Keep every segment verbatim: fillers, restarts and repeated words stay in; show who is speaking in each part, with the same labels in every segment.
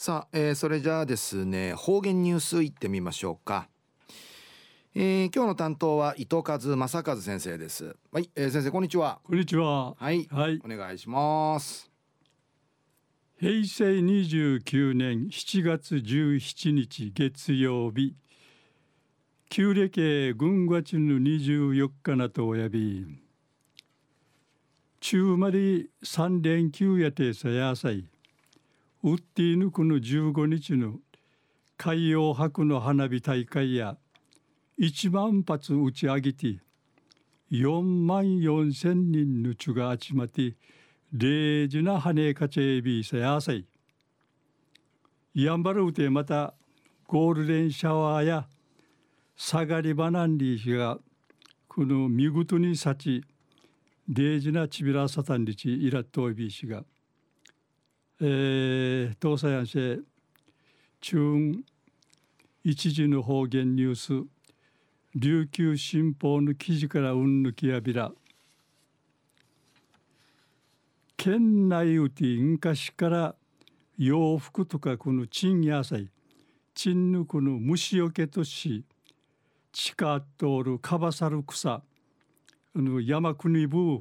Speaker 1: さあ、えーそれじゃあですね、方言ニュースいってみましょうか。えー今日の担当は伊藤和正和先生です。はい、えー先生こんにちは。
Speaker 2: こんにちは。
Speaker 1: はい、
Speaker 2: はい。
Speaker 1: お願いします。
Speaker 2: 平成にじゅうきゅうねんしちがつじゅうしちにち月曜日。旧暦軍月のにじゅうよっかなとおやび。中までさんれんきゅうやてさやさい。ウッディヌクのじゅうごにちの海洋博の花火大会やいちまんぱつ打ち上げてよんまんよんせんにんのちゅが集まってレージな羽かちえびさやさい。やんばるうてまたゴールデンシャワーや下がりばなんりしがこの見事に幸ちレージなちびらさたんりちいらっといびしがえー、東西安市中一時の方言ニュース琉球新報の記事からうんぬきやびら県内うて昔から洋服とかこのチン野菜チンヌこの虫よけとし地下通るかばさる草あの山国部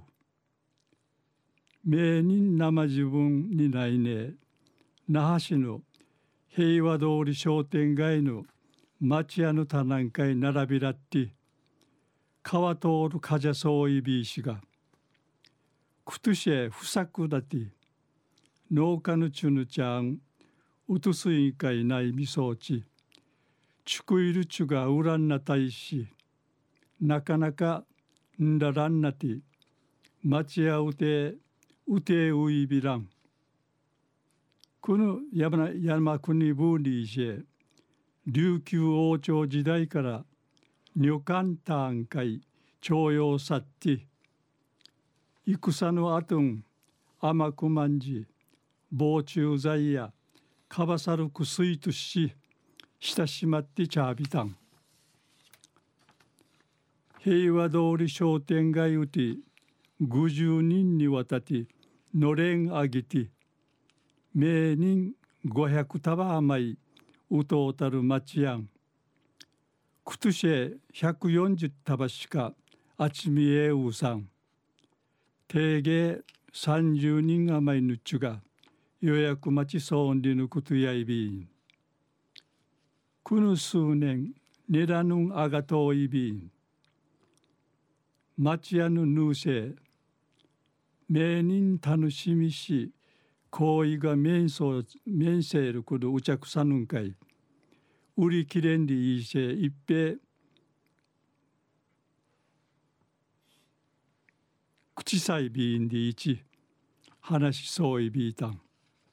Speaker 2: 名人生自分にないね那覇市の平和通り商店街の町屋の多南会並びらって川通るかじゃそういびいしがくとしえ不作だて農家のちゅぬちゃんうとすいかいないみそうちちくいるちゅがうらんなたいしなかなかんだらんなて町屋うてうてういびらんこの山山国ブーリーシェ琉球王朝時代から女官単会徴用さって戦の後ん甘くまんじ防虫剤やかばさるくすいとし親しまってちゃびたん平和通り商店街うてごじゅうにんにわたってのれんあげて名人ごひゃくたば余いうとうたる町やんくとしえひゃくよんじゅうたばしかあちみえうさん定芸さんじゅうにん余いぬっちゅが予約待ちそうりぬことやいびんくぬ数年ねらぬんあがといびん町屋のぬうせ名人楽しみし行為が面相面せるくるうちゃくさぬんかい売り切れんりいいせ一平口さいびんりいち話しそういびいたん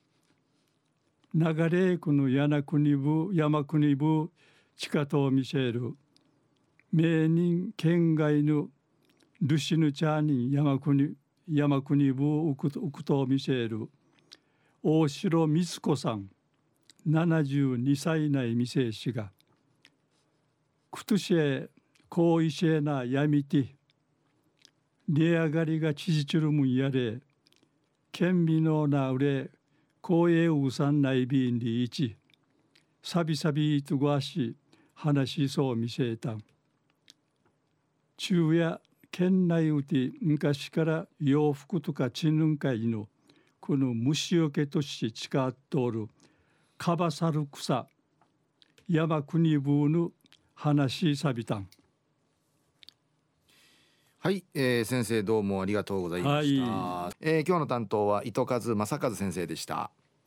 Speaker 2: 流れくの山国部山国部地下と見せる名人県外のルシヌチャーニン山国山国部うくうくと見せる大城光子さんななじゅうにさい内未成氏がくとしえ後遺症なやみて値上がりがちじちゅるむんやれ県民のなうれ公営うさんないびんりいちさびさびとごわし話しそう見せたん中や県内うて昔から洋服とかちぬんかいのこの虫よけとして近っとるかばさる草山国部の話しさびたん
Speaker 1: はい、えー先生どうもありがとうございました。
Speaker 2: は
Speaker 1: えー今日の担当は伊藤和正和先生でした。